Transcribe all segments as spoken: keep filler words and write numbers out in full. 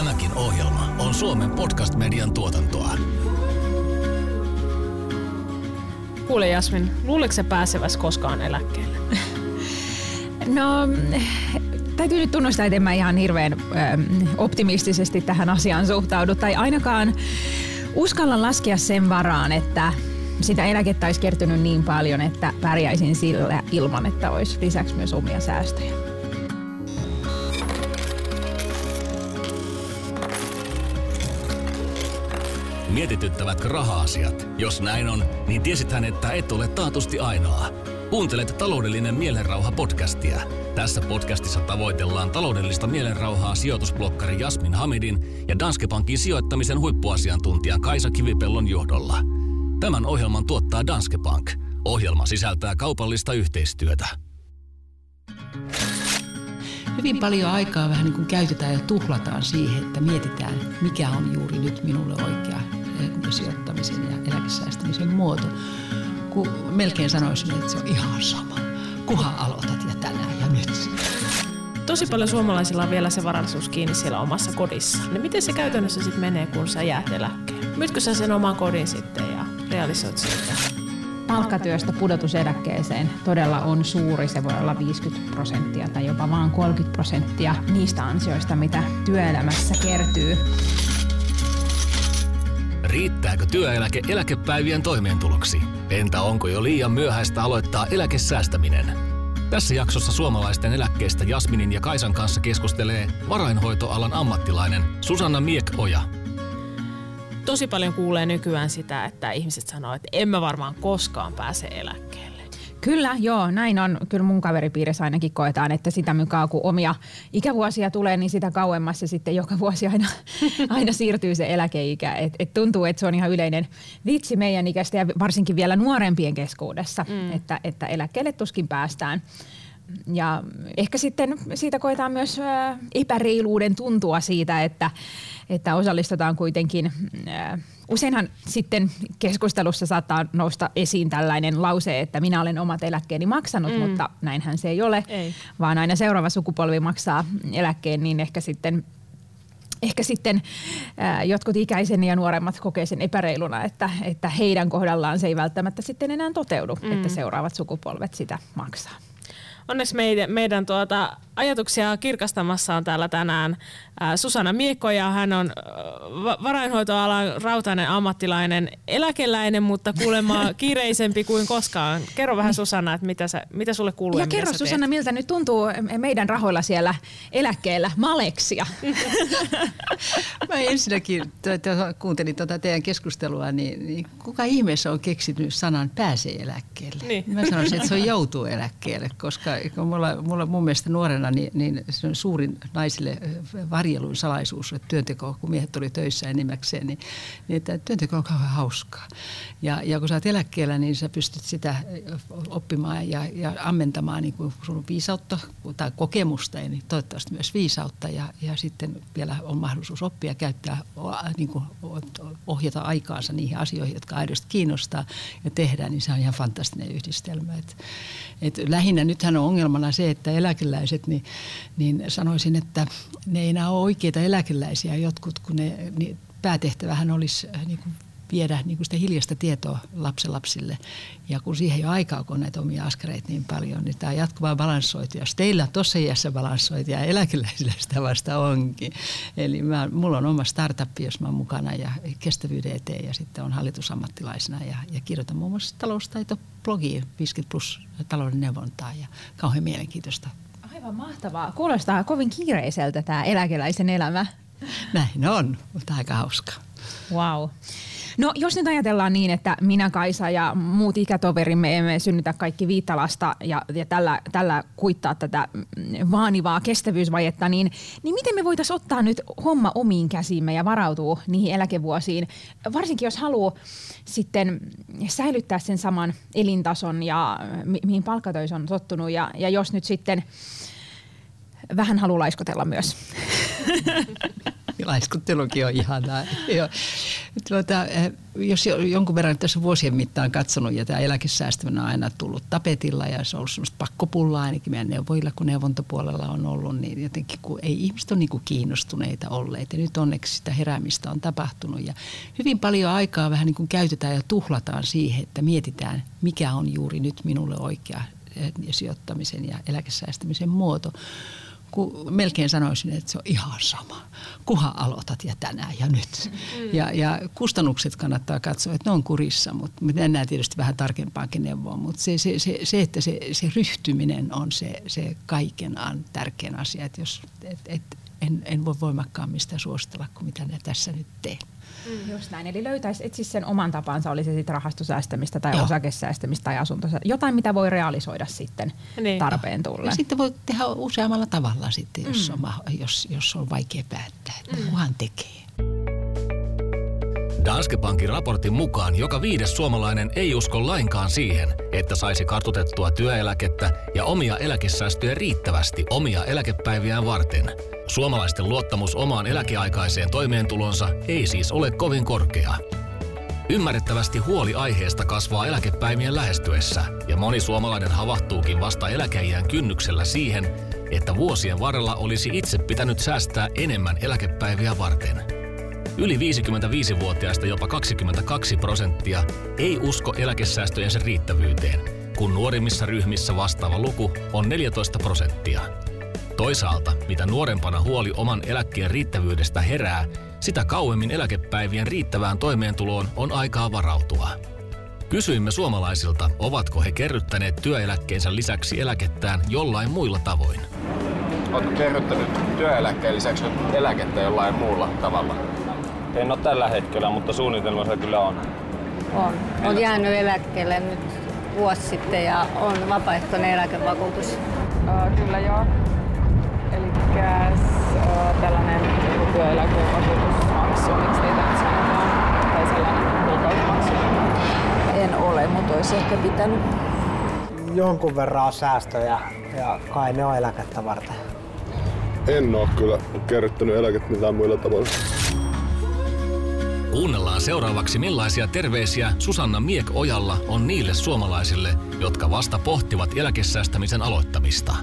Tämäkin ohjelma on Suomen podcast-median tuotantoa. Kuule Jasmin, luuletko sä pääseväsi koskaan eläkkeelle? No, täytyy nyt tunnustaa, että en mä ihan hirveän ö, optimistisesti tähän asiaan suhtaudu. Tai ainakaan uskallan laskea sen varaan, että sitä eläkettä olisi kertynyt niin paljon, että pärjäisin sillä ilman, että olisi lisäksi myös omia säästöjä. Mietityttävätkö raha-asiat? Jos näin on, niin tiesithän, että et ole taatusti ainoa. Kuuntelet Taloudellinen mielenrauha-podcastia. Tässä podcastissa tavoitellaan taloudellista mielenrauhaa sijoitusblokkari Jasmin Hamidin ja Danske Bankin sijoittamisen huippuasiantuntijan Kaisa Kivipellon johdolla. Tämän ohjelman tuottaa Danske Bank. Ohjelma sisältää kaupallista yhteistyötä. Hyvin paljon aikaa vähän niin kuin käytetään ja tuhlataan siihen, että mietitään, mikä on juuri nyt minulle oikea sijoittamisen ja eläkesäästämisen muoto. Kun melkein sanoisin, että se on ihan sama. Kunhan aloitat ja tänään ja nyt. Tosi paljon suomalaisilla on vielä se varallisuus kiinni siellä omassa kodissa. Niin miten se käytännössä sitten menee, kun sä jäät eläkkeelle? Myytkö sä sen oman kodin sitten ja realisoit siitä? Palkkatyöstä pudotus eläkkeeseen todella on suuri. Se voi olla viisikymmentä prosenttia tai jopa vain kolmekymmentä prosenttia niistä ansioista, mitä työelämässä kertyy. Riittääkö työeläke eläkepäivien toimeentuloksi? Entä onko jo liian myöhäistä aloittaa eläkesäästäminen? Tässä jaksossa suomalaisten eläkkeestä Jasminin ja Kaisan kanssa keskustelee varainhoitoalan ammattilainen Susanna Miek-Oja. Tosi paljon kuulee nykyään sitä, että ihmiset sanoo, että en mä varmaan koskaan pääse eläkkeelle. Kyllä, joo, näin on. Kyllä mun kaveripiirissä ainakin koetaan, että sitä mukaan kun omia ikävuosia tulee, niin sitä kauemmassa sitten joka vuosi aina, aina siirtyy se eläkeikä. Et, et tuntuu, että se on ihan yleinen vitsi meidän ikäistä ja varsinkin vielä nuorempien keskuudessa, mm. että, että eläkkeelle tuskin päästään. Ja ehkä sitten siitä koetaan myös epäreiluuden tuntua siitä, että, että osallistutaan kuitenkin. Useinhan sitten keskustelussa saattaa nousta esiin tällainen lause, että minä olen omat eläkkeeni maksanut, mm. mutta näinhän se ei ole, ei. Vaan aina seuraava sukupolvi maksaa eläkkeen, niin ehkä sitten Ehkä sitten ää, jotkut ikäiseni ja nuoremmat kokee sen epäreiluna, että, että heidän kohdallaan se ei välttämättä sitten enää toteudu, mm. että seuraavat sukupolvet sitä maksaa. Onneksi meidän, meidän tuota, ajatuksia kirkastamassa on täällä tänään ää, Susanna Miek-Oja. Hän on va- varainhoitoalan rautainen ammattilainen, eläkeläinen, mutta kuulemma kiireisempi kuin koskaan. Kerro vähän Susanna, että mitä, sä, mitä sulle kuuluu ja, ja kerro Susanna, miltä nyt tuntuu meidän rahoilla siellä eläkkeellä maleksia? Mä ensinnäkin kuuntelin tuota teidän keskustelua, niin, niin kuka ihmeessä on keksinyt sanan pääsee eläkkeelle? Niin. Mä sanoisin, että se on joutuu eläkkeelle, koska mulla, mulla mun mielestä nuorena niin, niin se on suurin naisille varjelun salaisuus, että työnteko, kun miehet oli töissä enimmäkseen, niin, niin että työnteko on kauhean hauskaa. Ja, ja kun sä oot eläkkeellä, niin sä pystyt sitä oppimaan ja, ja ammentamaan, niin kun sun on viisautta tai kokemusta, niin toivottavasti myös viisautta. Ja, ja sitten vielä on mahdollisuus oppia käyttää, niin kuin ohjata aikaansa niihin asioihin, jotka aidosti kiinnostaa ja tehdään, niin se on ihan fantastinen yhdistelmä. Et, et lähinnä nythän on ongelmana se, että eläkeläiset, niin, niin sanoisin, että ne ei enää ole oikeita eläkeläisiä jotkut, kun ne, niin päätehtävähän olisi niin kuin viedä niin kuin sitä hiljaista tietoa lapsenlapsille. Ja kun siihen ei ole aikaa, kun on näitä omia askareita niin paljon, niin tämä on jatkuvaa balanssointia. Jos teillä on tuossa iässä balanssointia ja eläkeläisillä sitä vasta onkin. Eli mä, mulla on oma startup, jos mä oon mukana ja kestävyyden eteen ja sitten on hallitusammattilaisena ja, ja kirjoitan muun muassa taloustaito-blogia viisikymmentä plus talouden neuvontaa ja kauhean mielenkiintoista. Aivan mahtavaa. Kuulostaa kovin kiireiseltä tämä eläkeläisen elämä. Näin on, mutta aika hauskaa. Wow. No jos nyt ajatellaan niin, että minä, Kaisa ja muut ikätoverimme emme synnytä kaikki viittä lasta ja, ja tällä, tällä kuittaa tätä vaanivaa kestävyysvajetta, niin, niin miten me voitaisiin ottaa nyt homma omiin käsiimme ja varautua niihin eläkevuosiin, varsinkin jos haluaa sitten säilyttää sen saman elintason ja mi- mihin palkkatöissä on tottunut ja, ja jos nyt sitten vähän haluaa laiskotella myös. Laiskuttelukin on ihanaa. Tuota, jos jonkun verran tässä vuosien mittaan katsonut ja tämä eläkesäästäminen on aina tullut tapetilla ja se on ollut semmoista pakkopullaa ainakin meidän neuvojilla, kun neuvontapuolella on ollut, niin jotenkin kun ei ihmiset ole niin kuin kiinnostuneita olleet ja nyt onneksi sitä heräämistä on tapahtunut ja hyvin paljon aikaa vähän niin kuin käytetään ja tuhlataan siihen, että mietitään mikä on juuri nyt minulle oikea sijoittamisen ja eläkesäästämisen muoto. Kun melkein sanoisin, että se on ihan sama. Kuhan aloitat ja tänään ja nyt. Mm. Ja, ja kustannukset kannattaa katsoa, että ne on kurissa, mutta mennään tietysti vähän tarkempaankin neuvoa. Mutta se, se, se, se, että se, se ryhtyminen on se, se kaiken tärkein asia. Että jos, et, et, en, en voi voimakkaammin sitä suositella kuin mitä ne tässä nyt teen. Mm. Just näin, eli löytäisi etsi sen oman tapansa, oli se sitten rahastosäästämistä tai Joo. osakesäästämistä tai asuntosäästämistä, jotain mitä voi realisoida sitten niin. tarpeen tullen. Ja sitten voi tehdä useammalla tavalla sitten, jos, mm. on, jos, jos on vaikea päättää, että mm. kuhan tekee. Danske Bankin raportin mukaan joka viides suomalainen ei usko lainkaan siihen, että saisi kartutettua työeläkettä ja omia eläkesäästöjä riittävästi omia eläkepäiviään varten. Suomalaisten luottamus omaan eläkeaikaiseen toimeentulonsa ei siis ole kovin korkea. Ymmärrettävästi huoli aiheesta kasvaa eläkepäivien lähestyessä, ja moni suomalainen havahtuukin vasta eläkeiän kynnyksellä siihen, että vuosien varrella olisi itse pitänyt säästää enemmän eläkepäiviä varten. Yli viisikymmentäviisivuotiaista jopa kaksikymmentäkaksi prosenttia ei usko eläkesäästöjensä riittävyyteen, kun nuorimmissa ryhmissä vastaava luku on neljätoista prosenttia. Toisaalta, mitä nuorempana huoli oman eläkkeen riittävyydestä herää, sitä kauemmin eläkepäivien riittävään toimeentuloon on aikaa varautua. Kysyimme suomalaisilta, ovatko he kerryttäneet työeläkkeensä lisäksi eläkettään jollain muilla tavoin. Oletko kerryttänyt työeläkkeen lisäksi eläkettä jollain muulla tavalla? En ole tällä hetkellä, mutta suunnitelma se kyllä on. On. Olen jäänyt eläkkeelle nyt vuosi sitten ja on vapaaehtoinen eläkevakuutus. Uh, kyllä joo. Eli uh, tällainen työeläkevakuutusmaksu, miksi niitä nyt sanotaan, tai sellainen kuukausimaksu. En ole, mutta olisi ehkä pitänyt. Jonkun verran säästöjä ja kai ne on eläkettä varten. En ole kyllä kerryttänyt eläkettä mitään muilla tavoilla. Kuunnellaan seuraavaksi, millaisia terveisiä Susanna Miek-Ojalla on niille suomalaisille, jotka vasta pohtivat eläkesäästämisen aloittamista.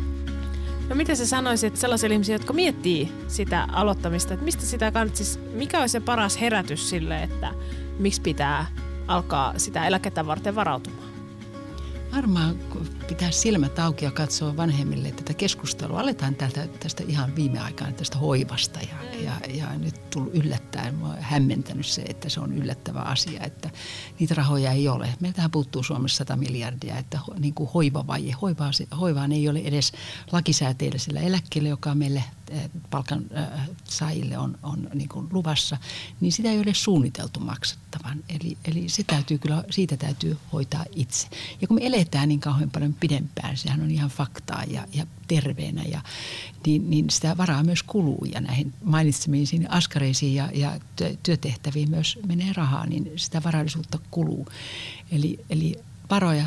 No mitä sä sanoisit sellaisille ihmisille, jotka miettii sitä aloittamista, että mistä sitä kannattaisi, mikä olisi se paras herätys sille, että miksi pitää alkaa sitä eläkettä varten varautumaan? Varmaan pitää silmät auki ja katsoa vanhemmille tätä keskustelua. Aletaan täältä, tästä ihan viime aikaan tästä hoivasta ja, mm. ja, ja nyt tullut yllättäen. Mua on hämmentänyt se, että se on yllättävä asia, että niitä rahoja ei ole. Meiltähän puuttuu Suomessa sata miljardia, että ho, niin kuin hoivavaje. Hoivaa, hoivaan ei ole edes lakisääteellisellä eläkkeellä, joka meille palkan äh, saajille on, on niin kuin luvassa, niin sitä ei ole suunniteltu maksettavan. Eli, eli se täytyy kyllä, siitä täytyy hoitaa itse. Ja kun me eletään niin kauhean paljon pidempään, sehän on ihan faktaa ja, ja terveenä, ja, niin, niin sitä varaa myös kuluu ja näihin mainitsemiin askareisiin ja, ja työtehtäviin myös menee rahaa, niin sitä varallisuutta kuluu. Eli, eli varoja,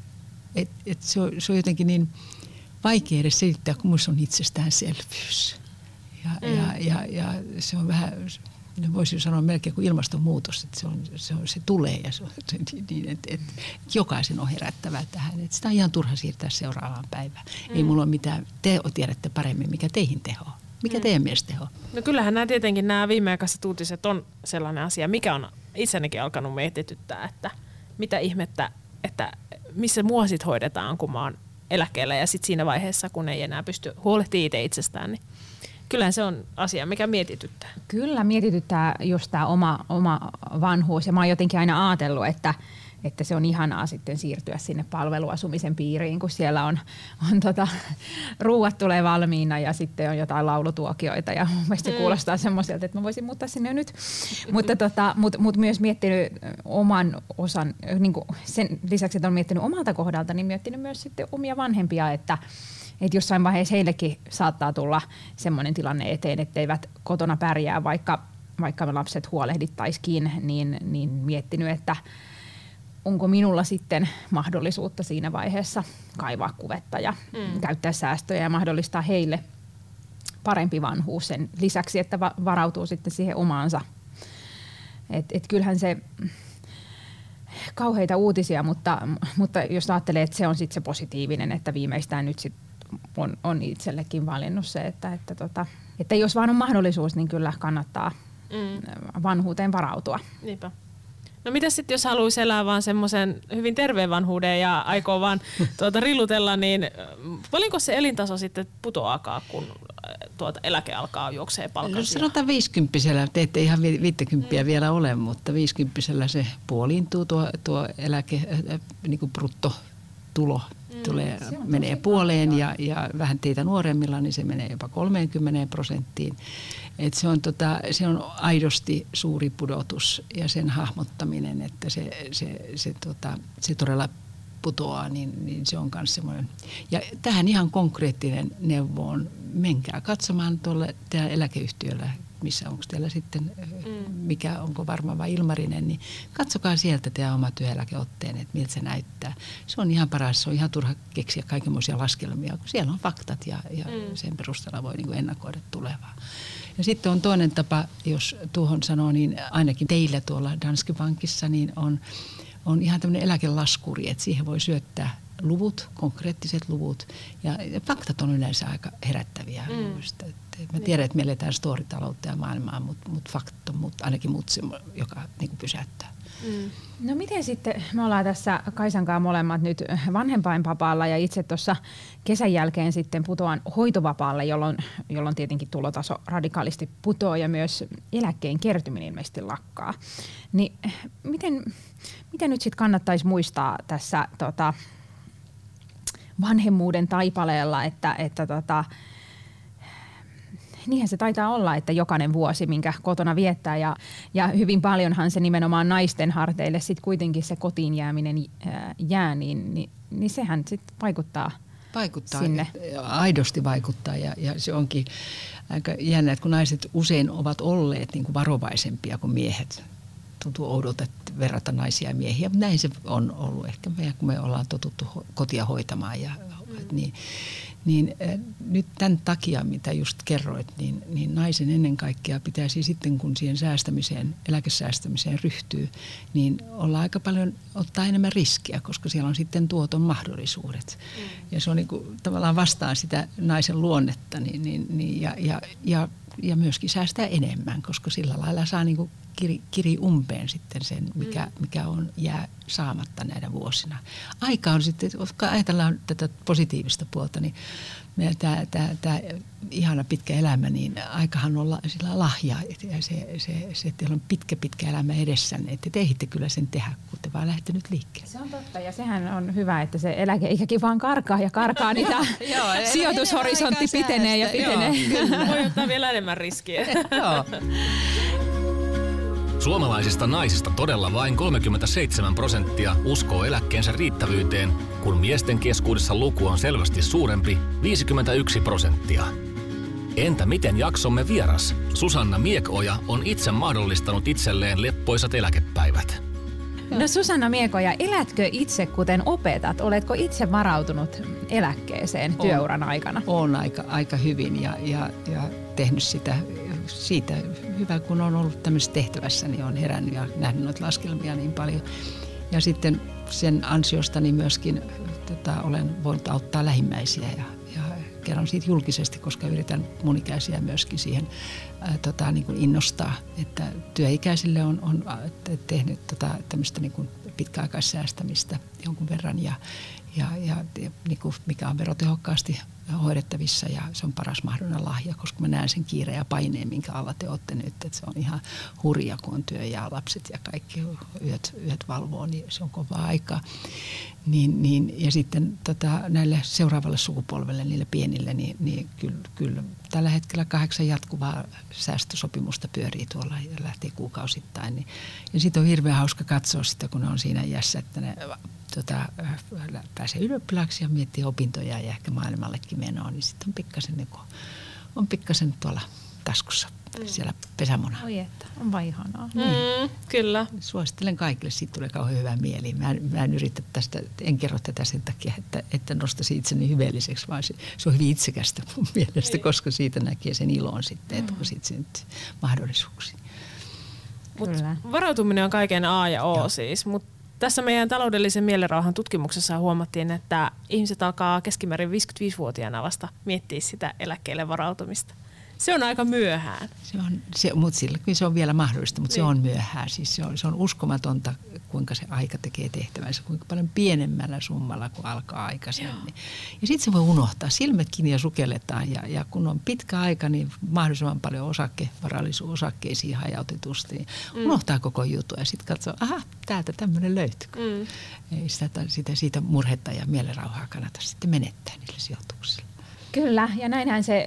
että et se, se on jotenkin niin vaikea edes selittää, kun minusta on itsestäänselvyys. Ja, mm. ja, ja, ja se on vähän, voisin sanoa melkein kuin ilmastonmuutos, että se, on, se, on, se tulee ja se on, niin, että, että jokaisen on herättävä tähän. Että sitä on ihan turha siirtää seuraavaan päivään. Mm. Ei mulla ole mitään, te tiedätte paremmin, mikä teihin teho. Mikä mm. teidän mielestä teho? No kyllähän nämä tietenkin nämä viimeaikaiset uutiset on sellainen asia, mikä on itsenikin alkanut mietityttää, että mitä ihmettä, että missä mua sit hoidetaan, kun mä oon eläkkeellä ja sitten siinä vaiheessa, kun ei enää pysty huolehtimaan itse itsestään, niin kyllähän se on asia, mikä mietityttää. Kyllä mietityttää just tämä oma, oma vanhuus ja mä oon jotenkin aina ajatellut, että, että se on ihanaa sitten siirtyä sinne palveluasumisen piiriin, kun siellä on, on tota, ruuat tulee valmiina ja sitten on jotain laulutuokioita ja mun mielestä se kuulostaa semmoiselta, että mä voisin muuttaa sinne nyt. Mutta tota, mut, mut myös miettinyt oman osan, niin kuin sen lisäksi, että on miettinyt omalta kohdalta, niin miettinyt myös sitten omia vanhempia, että että jossain vaiheessa heillekin saattaa tulla semmoinen tilanne eteen, etteivät kotona pärjää, vaikka, vaikka me lapset huolehdittaisikin, niin, niin miettinyt, että onko minulla sitten mahdollisuutta siinä vaiheessa kaivaa kuvetta ja mm. käyttää säästöjä ja mahdollistaa heille parempi vanhuus sen lisäksi, että va- varautuu sitten siihen omaansa Et, et kyllähän se kauheita uutisia, mutta, mutta jos ajattelee, että se on sitten se positiivinen, että viimeistään nyt sit on, on itsellekin valinnut se, että, että, tota, että jos vaan on mahdollisuus, niin kyllä kannattaa mm. vanhuuteen varautua. Niinpä. No mitä sitten, jos haluaisi elää vaan semmoisen hyvin terveen vanhuuden ja aikoo vaan tuota rillutella, niin paljonko se elintaso sitten putoaakaan, kun tuota eläke alkaa juoksee palkan? No sanotaan viisikymppisellä, te ette ihan viittäkymppiä mm. vielä ole, mutta viisikymppisellä se puoliintuu tuo, tuo eläke, äh, niin kuin bruttotulo. Mm, tulee, menee puoleen ja, ja vähän teitä nuoremmilla, niin se menee jopa kolmeenkymmeneen prosenttiin. Et se, on tota, se on aidosti suuri pudotus ja sen hahmottaminen, että se, se, se, tota, se todella putoaa, niin, niin se on myös semmoinen. Ja tähän ihan konkreettinen neuvo on, menkää katsomaan tuolle teidän eläkeyhtiöllä, missä onko teillä sitten, mm. mikä onko varma vai Ilmarinen, niin katsokaa sieltä teidän oma työeläkeotteen, että miltä se näyttää. Se on ihan paras, se on ihan turha keksiä kaikenmoisia laskelmia, kun siellä on faktat ja, ja mm. sen perusteella voi niin kuin ennakoida tulevaa. Ja sitten on toinen tapa, jos tuohon sanoo, niin ainakin teillä tuolla Danske Bankissa niin on, on ihan tämmöinen eläkelaskuri, että siihen voi syöttää luvut, konkreettiset luvut. Ja, ja faktat on yleensä aika herättäviä. Mm. Mä tiedän, että me eletään storytaloutta ja maailmaa, mutta mut faktat on mut, ainakin mut se, joka niin kuin pysäyttää. Mm. No miten sitten, me ollaan tässä Kaisankaan molemmat nyt vanhempainvapaalla ja itse tuossa kesän jälkeen sitten putoan hoitovapaalle, jolloin, jolloin tietenkin tulotaso radikaalisti putoaa ja myös eläkkeen kertyminen ilmeisesti lakkaa. Niin miten, miten nyt sitten kannattaisi muistaa tässä tota, vanhemmuuden taipaleella, että, että tota, niinhän se taitaa olla, että jokainen vuosi, minkä kotona viettää ja, ja hyvin paljonhan se nimenomaan naisten harteille sitten kuitenkin se kotiin jääminen jää, niin, niin, niin sehän sitten vaikuttaa, vaikuttaa sinne. Aidosti vaikuttaa ja, ja se onkin aika jännä, että kun naiset usein ovat olleet niin kuin varovaisempia kuin miehet. Tuntuu oudolta, että verrata naisia ja miehiä, mutta näin se on ollut ehkä meidän, kun me ollaan totuttu kotia hoitamaan ja mm. niin. Niin äh, nyt tämän takia, mitä just kerroit, niin, niin naisen ennen kaikkea pitäisi sitten, kun siihen säästämiseen, eläkesäästämiseen ryhtyy, niin olla aika paljon, ottaa enemmän riskiä, koska siellä on sitten tuoton mahdollisuudet. Mm. Ja se on niin kuin, tavallaan vastaan sitä naisen luonnetta niin, niin, niin, ja, ja, ja, ja myöskin säästää enemmän, koska sillä lailla saa niin kuin kiri, kiri umpeen sitten sen, mikä, mikä on, jää saamatta näinä vuosina. Aika on sitten, kun ajatellaan tätä positiivista puolta, niin tämä, tämä, tämä ihana pitkä elämä, niin aikahan on sillä lahja. Ja se, se, se, että teillä on pitkä, pitkä elämä edessänne, että te ehditte kyllä sen tehdä, kun te vaan lähdette nyt liikkeelle. Se on totta, ja sehän on hyvä, että se eläkeikäkin vaan karkaa ja karkaa, niin tämä sijoitushorisontti pitenee ja pitenee. Voi ottaa vielä enemmän riskiä. Joo. Suomalaisista naisista todella vain kolmekymmentäseitsemän prosenttia uskoo eläkkeensä riittävyyteen, kun miesten keskuudessa luku on selvästi suurempi, viisikymmentäyksi prosenttia. Entä miten jaksomme vieras? Susanna Miekoja on itse mahdollistanut itselleen leppoisat eläkepäivät. No Susanna Miekoja, elätkö itse kuten opetat? Oletko itse varautunut eläkkeeseen työuran aikana? Olen aika, aika hyvin ja, ja, ja tehnyt sitä siitä hyvä, kun on ollut tämmöisessä tehtävässä, niin olen herännyt ja nähnyt noita laskelmia niin paljon. Ja sitten sen ansiostani myöskin tota, olen voinut auttaa lähimmäisiä ja, ja kerron siitä julkisesti, koska yritän mun ikäisiä myöskin siihen ää, tota, niin kuin innostaa, että työikäisille on, on tehnyt tota, tämmöistä niin kuin pitkäaikaissäästämistä jonkun verran ja, ja, ja, ja niin kuin mikä on verotehokkaasti hoidettavissa ja se on paras mahdollinen lahja, koska mä näen sen kiireen ja paineen, minkä alla te olette nyt, että se on ihan hurja, kun on työ ja lapset ja kaikki yöt, yöt valvoo, niin se on kovaa aikaa. Niin, niin, ja sitten tota, näille seuraavalle sukupolvelle, niille pienille, niin, niin kyllä, kyllä tällä hetkellä kahdeksan jatkuvaa säästösopimusta pyörii tuolla ja lähtee kuukausittain. Niin, ja sitten on hirveän hauska katsoa sitä, kun ne on siinä iässä, että ne tota, pääsee ylioppilaaksi ja miettii opintoja ja ehkä maailmallekin menoa, niin sitten on pikkasen, niin on pikkasen tuolla taskussa mm. siellä pesämunaa. Oi että, on vaan ihanaa. Mm, kyllä. Suosittelen kaikille, siitä tulee kauhean hyvä mieli. Mä en, mä en yritä tästä, en kerro tätä sen takia, että, että nostaisin itseni hyveelliseksi, vaan se, se on hyvin itsekästä mun mielestä, koska siitä näkee sen ilon sitten, että on sitten mahdollisuuksia. Mut varautuminen on kaiken A ja O Joo. siis, mutta tässä meidän taloudellisen mielenrauhan tutkimuksessa huomattiin, että ihmiset alkaa keskimäärin viisikymmentäviisivuotiaana vasta miettiä sitä eläkkeelle varautumista. Se on aika myöhään. Se on, se, mutta silläkin se on vielä mahdollista, mutta niin. se on myöhään. Siis se, on, se on uskomatonta, kuinka se aika tekee tehtävänsä, kuinka paljon pienemmällä summalla, kun alkaa aikaisemmin. Ja sitten se voi unohtaa. Silmät kiinni ja sukelletaan. Ja, ja kun on pitkä aika, niin mahdollisimman paljon osakkevarallisuus osakkeisiin hajautetusti. Niin mm. unohtaa koko jutun ja sitten katsoo, aha, täältä tämmöinen löytyy. Mm. Ei sitä, sitä, siitä murhetta ja mielenrauhaa kannata sitten menettää niille sijoituksille. Kyllä, ja näinhän se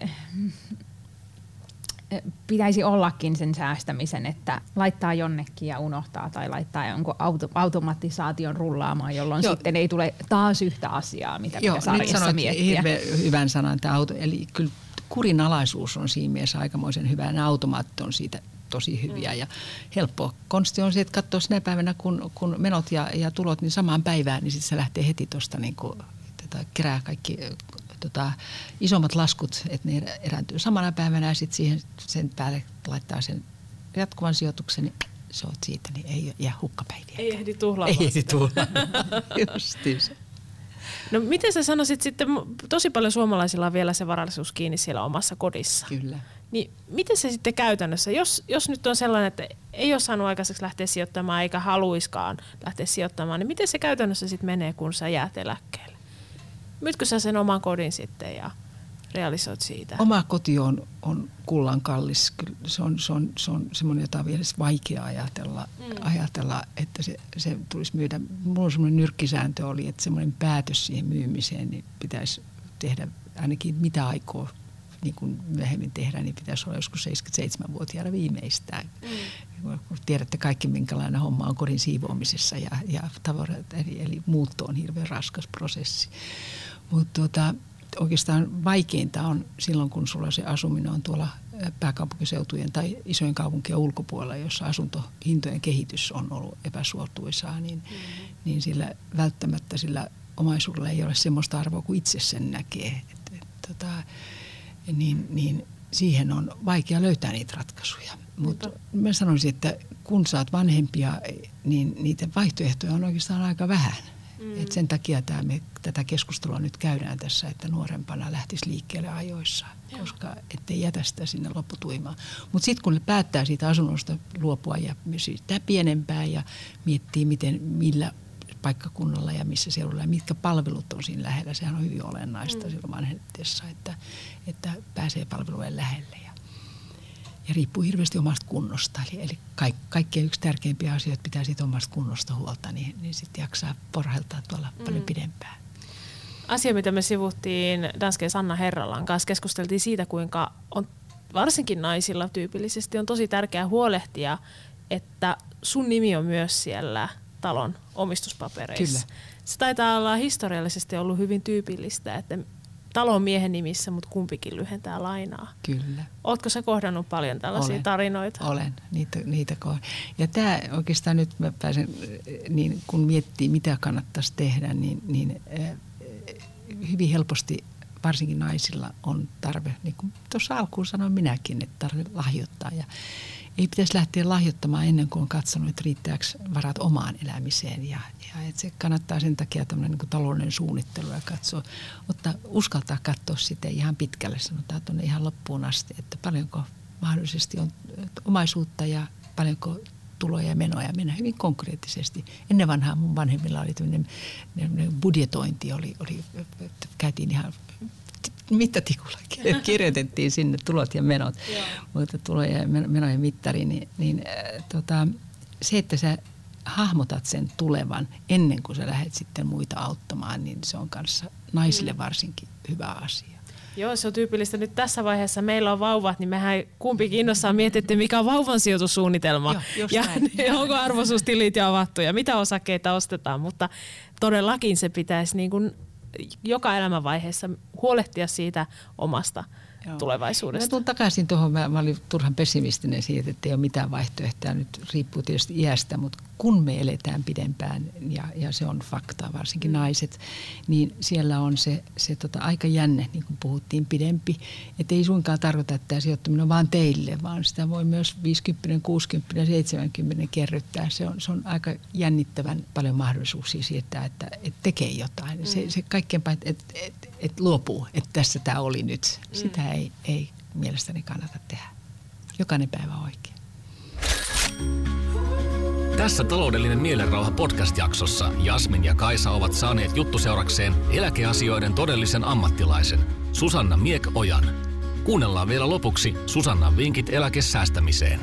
pitäisi ollakin sen säästämisen, että laittaa jonnekin ja unohtaa tai laittaa jonkun auto, automatisaation rullaamaan, jolloin Joo. sitten ei tule taas yhtä asiaa, mitä Joo, pitäisi arjessa miettiä. Hirveän hyvän sanan tämä auto, eli kyllä kurinalaisuus on siinä mielessä aikamoisen hyvä, nämä automaatit on siitä tosi hyviä mm. ja helppo. Konsti on se, että katsoo sinä päivänä, kun, kun menot ja, ja tulot, niin samaan päivään, niin sitten se lähtee heti tuosta niin kuin, tätä, kerää kaikki Tota, isommat laskut, että ne erääntyy samana päivänä ja sitten siihen sen päälle laittaa sen jatkuvan sijoituksen, niin se on siitä, niin ei jää hukkapäiviä. Ei ehdi tuhlaamaan. Ei ehdi tuhlaamaan, justiinsa. No miten sä sanoisit sitten, tosi paljon suomalaisilla on vielä se varallisuus kiinni siellä omassa kodissa. Kyllä. Niin miten se sitten käytännössä, jos, jos nyt on sellainen, että ei ole saanut aikaiseksi lähteä sijoittamaan eikä haluiskaan lähteä sijoittamaan, niin miten se käytännössä sitten menee, kun sä jäät eläkkeelle? Myytkö sä sen oman kodin sitten ja realisoit siitä? Oma koti on, on kullan kallis. Se on, se on, se on semmoinen, jota on vielä vaikea ajatella, mm. ajatella että se, se tulisi myydä. Mulla on semmoinen nyrkkisääntö oli, että semmoinen päätös siihen myymiseen niin pitäisi tehdä ainakin mitä aikoo niin kuin myöhemmin tehdä, niin pitäisi olla joskus seitsemänkymmentäseitsemänvuotiaana viimeistään. Mm. Kun tiedätte kaikki, minkälainen homma on kodin siivoamisessa ja, ja tavarat, eli, eli muutto on hirveän raskas prosessi. Mutta tuota, oikeastaan vaikeinta on silloin, kun sulla se asuminen on tuolla pääkaupunkiseutujen tai isojen kaupunkien ulkopuolella, jossa asuntohintojen kehitys on ollut epäsuotuisaa, niin, mm-hmm. niin sillä välttämättä sillä omaisuudella ei ole semmoista arvoa kuin itse sen näkee. Et, et, tota, niin, niin siihen on vaikea löytää niitä ratkaisuja. Mutta mä sanoisin, että kun sä oot vanhempia, niin niitä vaihtoehtoja on oikeastaan aika vähän. Mm. Et sen takia tää me, tätä keskustelua nyt käydään tässä, että nuorempana lähtisi liikkeelle ajoissa, Joo. koska ettei jätä sitä sinne lopputuimaan. Mutta sitten kun päättää siitä asunnosta luopua ja sitä pienempää ja miettii, miten, millä paikkakunnalla ja missä seudulla ja mitkä palvelut on siinä lähellä, sehän on hyvin olennaista mm. silloin vanhetessa, että, että pääsee palvelujen lähelle. Ja, ja riippuu hirveästi omasta kunnosta. Eli, eli kaik, kaikkien yksi tärkeimpiä asioita pitää siitä omasta kunnosta huolta, niin, niin sitten jaksaa porhaltaa tuolla mm. paljon pidempään. Asia, mitä me sivuttiin Dansken Sanna Herralan kanssa, keskusteltiin siitä, kuinka on varsinkin naisilla tyypillisesti on tosi tärkeää huolehtia, että sun nimi on myös siellä talon omistuspapereissa. Kyllä. Se taitaa olla historiallisesti ollut hyvin tyypillistä, että talo on miehen nimissä, mutta kumpikin lyhentää lainaa. Kyllä. Ootko sä kohdannut paljon tällaisia olen, tarinoita? Olen, niitä, niitä kohdan. Ja tämä oikeastaan nyt mä pääsen, niin kun miettii mitä kannattaisi tehdä, niin, niin äh, hyvin helposti varsinkin naisilla on tarve, niin kuin tuossa alkuun sanoin minäkin, että tarve lahjoittaa. Ja ei pitäisi lähteä lahjoittamaan ennen kuin on katsonut, että riittääkö varat omaan elämiseen. Ja, ja että se kannattaa sen takia tämmöinen niin kuin taloudellinen suunnittelu ja katsoa, ottaa, uskaltaa katsoa sitä ihan pitkälle, sanotaan tuonne ihan loppuun asti, että paljonko mahdollisesti on omaisuutta ja paljonko tuloja ja menoja. Mennään hyvin konkreettisesti. Ennen vanhaa mun vanhemmilla oli tämmöinen budjetointi, oli, oli, käytiin ihan mittatikulla kirjoitettiin sinne tulot ja menot, mutta tuloja ja menojen mittari, niin, niin äh, tota, se, että sä hahmotat sen tulevan ennen kuin sä lähdet sitten muita auttamaan, niin se on kanssa naisille varsinkin hyvä asia. Joo, se on tyypillistä. Nyt tässä vaiheessa meillä on vauvat, niin mehän kumpikin innossaan mietittiin, mikä on vauvan sijoitussuunnitelma. Joo, ja näin. Onko arvoisuustilit jo avattu ja mitä osakkeita ostetaan, mutta todellakin se pitäisi niin kuin joka elämänvaiheessa huolehtia siitä omasta Joo. tulevaisuudesta? Mä tuun takaisin tuohon, mä, mä olin turhan pessimistinen siitä, että ei ole mitään vaihtoehtoja. Nyt riippuu tietysti iästä, mutta kun me eletään pidempään, ja, ja se on fakta, varsinkin mm. naiset, niin siellä on se, se tota, aika jänne, niin kuin puhuttiin, pidempi. Että ei suinkaan tarkoita, että tämä sijoittaminen on vaan teille, vaan sitä voi myös viisikymmentä, kuusikymmentä, seitsemänkymmentä kerryttää. Se on, se on aika jännittävän paljon mahdollisuuksia siitä, että, että tekee jotain. Mm. Se, se kaikkein päin, että et, et, et luopuu, että tässä tämä oli nyt. Mm. Sitä ei, ei mielestäni kannata tehdä. Jokainen päivä oikein. Tässä Taloudellinen mielenrauha podcast-jaksossa Jasmin ja Kaisa ovat saaneet juttuseurakseen eläkeasioiden todellisen ammattilaisen, Susanna Miek-Ojan. Kuunnellaan vielä lopuksi Susannan vinkit eläkesäästämiseen.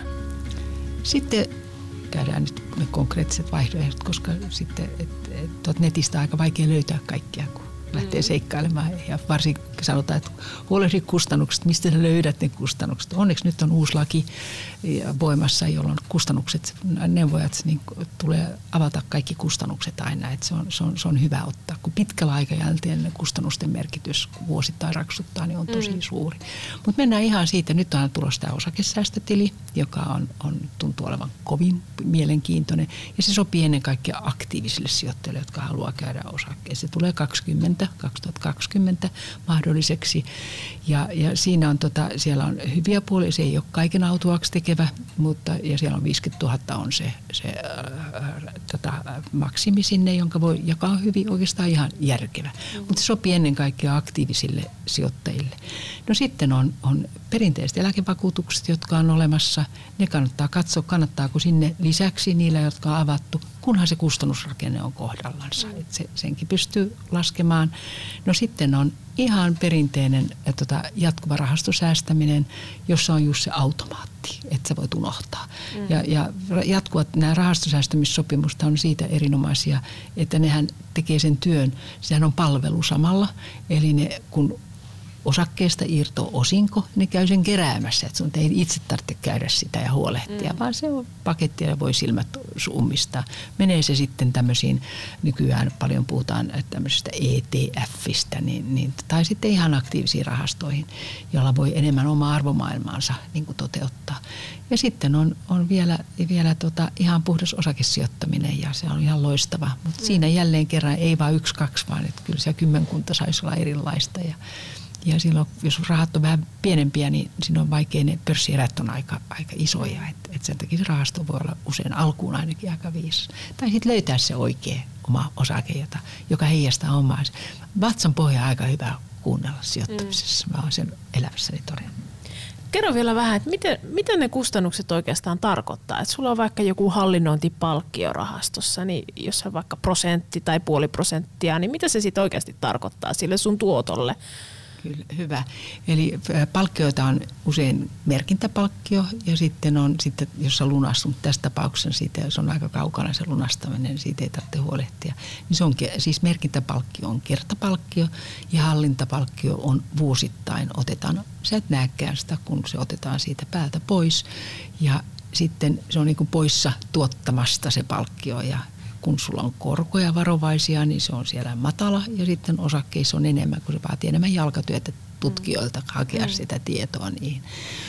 Sitten käydään nyt ne konkreettiset vaihtoehdot, koska sitten et, et, et, netistä on aika vaikea löytää kaikkia, kun lähtee seikkailemaan. Ja varsinkin sanotaan, että huolehdi kustannukset, mistä sä löydät ne kustannukset. Onneksi nyt on uusi laki voimassa, jolloin kustannukset, neuvojat niin tulee avata kaikki kustannukset aina. Että se, on, se, on, se on hyvä ottaa, kun pitkällä aikajänteellä kustannusten merkitys vuosittain raksuttaa, niin on tosi mm. suuri. Mutta mennään ihan siitä, nyt on tulossa tämä osakesäästötili, joka on, on, tuntuu olevan kovin mielenkiintoinen. Ja se sopii ennen kaikkea aktiivisille sijoittajille, jotka haluaa käydä osakkeessa. Se tulee kaksikymmentä, kaksituhattakaksikymmentä mahdolliseksi. Ja, ja siinä on, tota, siellä on hyviä puolia, se ei ole kaiken autuaaksi tekevä, mutta ja siellä on viisikymmentätuhatta on se, se äh, tota, maksimi sinne, jonka voi jakaa hyvin, oikeastaan ihan järkevä. Mm-hmm. Mutta se sopii ennen kaikkea aktiivisille sijoittajille. No sitten on, on perinteiset eläkevakuutukset, jotka on olemassa. Ne kannattaa katsoa, kannattaako sinne lisäksi niillä, jotka on avattu, kunhan se kustannusrakenne on kohdallansa. Mm. Et se, senkin pystyy laskemaan. No sitten on ihan perinteinen tota, jatkuva rahastosäästäminen, jossa on just se automaatti, että sä voit unohtaa. Mm. Ja, ja jatkuvat nämä rahastosäästämissopimukset on siitä erinomaisia, että nehän tekee sen työn, sehän on palvelu samalla, eli ne kun osakkeesta irtoaa osinko, ne käy sen keräämässä. Että sun ei itse tarvitse käydä sitä ja huolehtia, mm. vaan se on paketti ja voi silmät ummistaa. Menee se sitten tämmöisiin, nykyään paljon puhutaan tämmöisestä E T F:istä, niin, niin, tai sitten ihan aktiivisiin rahastoihin, jolla voi enemmän omaa arvomaailmaansa niin kuin toteuttaa. Ja sitten on, on vielä, vielä tota ihan puhdas osakesijoittaminen ja se on ihan loistava. Mutta mm. siinä jälleen kerran ei vaan yksi, kaksi, vaan että kyllä se kymmenkunta saisi olla erilaista ja Ja silloin, jos rahat on vähän pienempiä, niin siinä on vaikea, ne pörssierät on aika, aika isoja. Että et sen takia se rahasto voi olla usein alkuun ainakin aika viisas. Tai sitten löytää se oikea oma osake, jota, joka heijastaa omaa. Vatsan pohja on aika hyvä kuunnella sijoittamisessa. Mm. Mä oon sen elämässäni todennut. Kerro vielä vähän, että miten, mitä ne kustannukset oikeastaan tarkoittaa? Että sulla on vaikka joku hallinnointipalkkio rahastossa, niin jos on vaikka prosentti tai puoli prosenttia, niin mitä se sitten oikeasti tarkoittaa sille sun tuotolle? Kyllä, hyvä. Eli palkkioita on usein merkintäpalkkio ja sitten on, sitten, jos sä lunastut tässä tapauksessa, siitä, jos on aika kaukana se lunastaminen, siitä ei tarvitse huolehtia. Niin se on, siis merkintäpalkkio on kertapalkkio ja hallintapalkkio on vuosittain otetaan. Sä et näekään sitä, kun se otetaan siitä päältä pois ja sitten se on niin kuin poissa tuottamasta se palkkio ja kun sulla on korkoja varovaisia, niin se on siellä matala ja sitten osakkeissa on enemmän, kun se vaatii enemmän jalkatyötä tutkijoilta hakea mm. sitä tietoa niihin.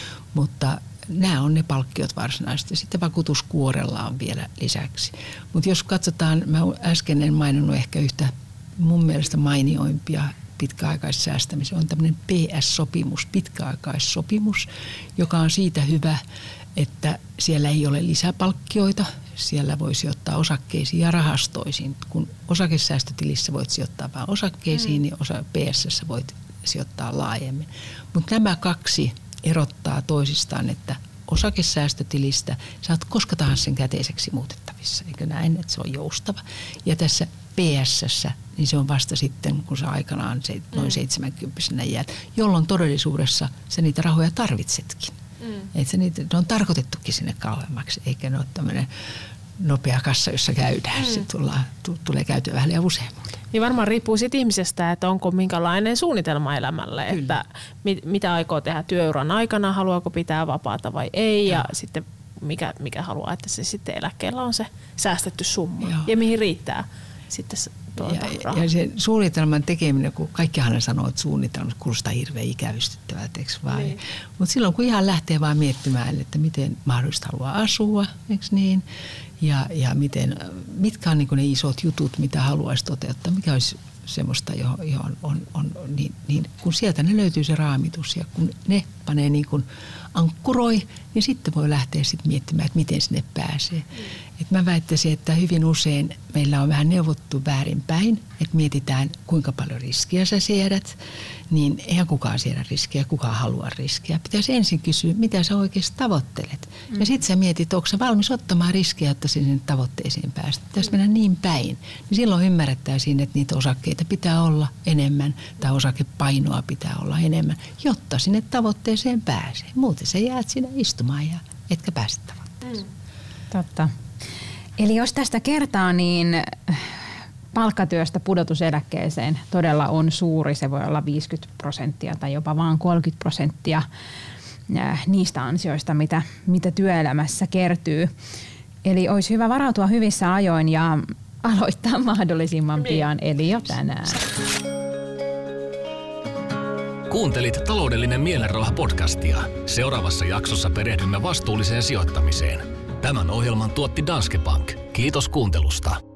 Mutta nämä on ne palkkiot varsinaisesti. Sitten vakuutuskuorella on vielä lisäksi. Mutta jos katsotaan, mä äsken en maininnut ehkä yhtä mun mielestä mainioimpia pitkäaikaissäästämisiä, on tämmöinen P S-sopimus, pitkäaikaissopimus, joka on siitä hyvä, että siellä ei ole lisäpalkkioita. Siellä voi sijoittaa osakkeisiin ja rahastoisiin. Kun osakesäästötilissä voit sijoittaa vain osakkeisiin, mm. niin osa P S:ssä voit sijoittaa laajemmin. Mutta nämä kaksi erottaa toisistaan, että osakesäästötilistä sä oot koska tahansa sen käteiseksi muutettavissa. Eikö näin, että se on joustava. Ja tässä P S:ssä, niin se on vasta sitten, kun sä aikanaan se, noin mm. seitsemänkymppisenä jäät, jolloin todellisuudessa sä niitä rahoja tarvitsetkin. Mm. Että niitä, ne on tarkoitettukin sinne kauemmaksi, eikä ne ole tämmöinen nopea kassa, jossa käydään. Mm. Se tullaan, t- tulee käytyä vähän liian usein. Niin varmaan riippuu siitä ihmisestä, että onko minkälainen suunnitelma elämälle, Kyllä. että mit, mitä aikoo tehdä työuran aikana, haluaako pitää vapaata vai ei, ja, ja sitten mikä, mikä haluaa, että se sitten eläkkeellä on se säästetty summa, Joo. ja mihin riittää. sitten tuota, ja, ja se suunnitelman tekeminen, kun kaikkihan sanoo, että suunnitelmat kuulostaa hirveän ikävystyttävältä, eikö vai? Niin. Mutta silloin kun ihan lähtee vaan miettimään, että miten mahdollista haluaa asua, eikö niin? Ja, ja miten, mitkä on niin kuin ne isot jutut, mitä haluaisi toteuttaa, mikä olisi semmoista, johon, johon on, on niin, niin kun sieltä ne löytyy se raamitus ja kun ne panee niin kuin ankkuroi, niin sitten voi lähteä sitten miettimään, että miten sinne pääsee. Mm. Et mä väittäisin, että hyvin usein meillä on vähän neuvottu väärinpäin, että mietitään kuinka paljon riskiä sä siedät, niin eihän kukaan siedä riskiä, kukaan halua riskiä. Pitäisi ensin kysyä, mitä sä oikeasti tavoittelet. Mm. Ja sitten sä mietit, onko sä valmis ottamaan riskiä, että sinne tavoitteisiin päästä. Pitäisi mennä niin päin. Niin silloin ymmärrettäisiin, että niitä osakkeita pitää olla enemmän tai osakepainoa pitää olla enemmän, jotta sinne tavoitteeseen pääsee. Muuten sä jäät sinne istumaan ja etkä pääse tavoitteeseen. Mm. Totta. Eli jos tästä kertaa, niin palkkatyöstä pudotuseläkkeeseen todella on suuri. Se voi olla viisikymmentä prosenttia tai jopa vain kolmekymmentä prosenttia niistä ansioista, mitä, mitä työelämässä kertyy. Eli olisi hyvä varautua hyvissä ajoin ja aloittaa mahdollisimman pian, eli jo tänään. Kuuntelit Taloudellinen mielenrauha podcastia. Seuraavassa jaksossa perehdymme vastuulliseen sijoittamiseen. Tämän ohjelman tuotti Danske Bank. Kiitos kuuntelusta.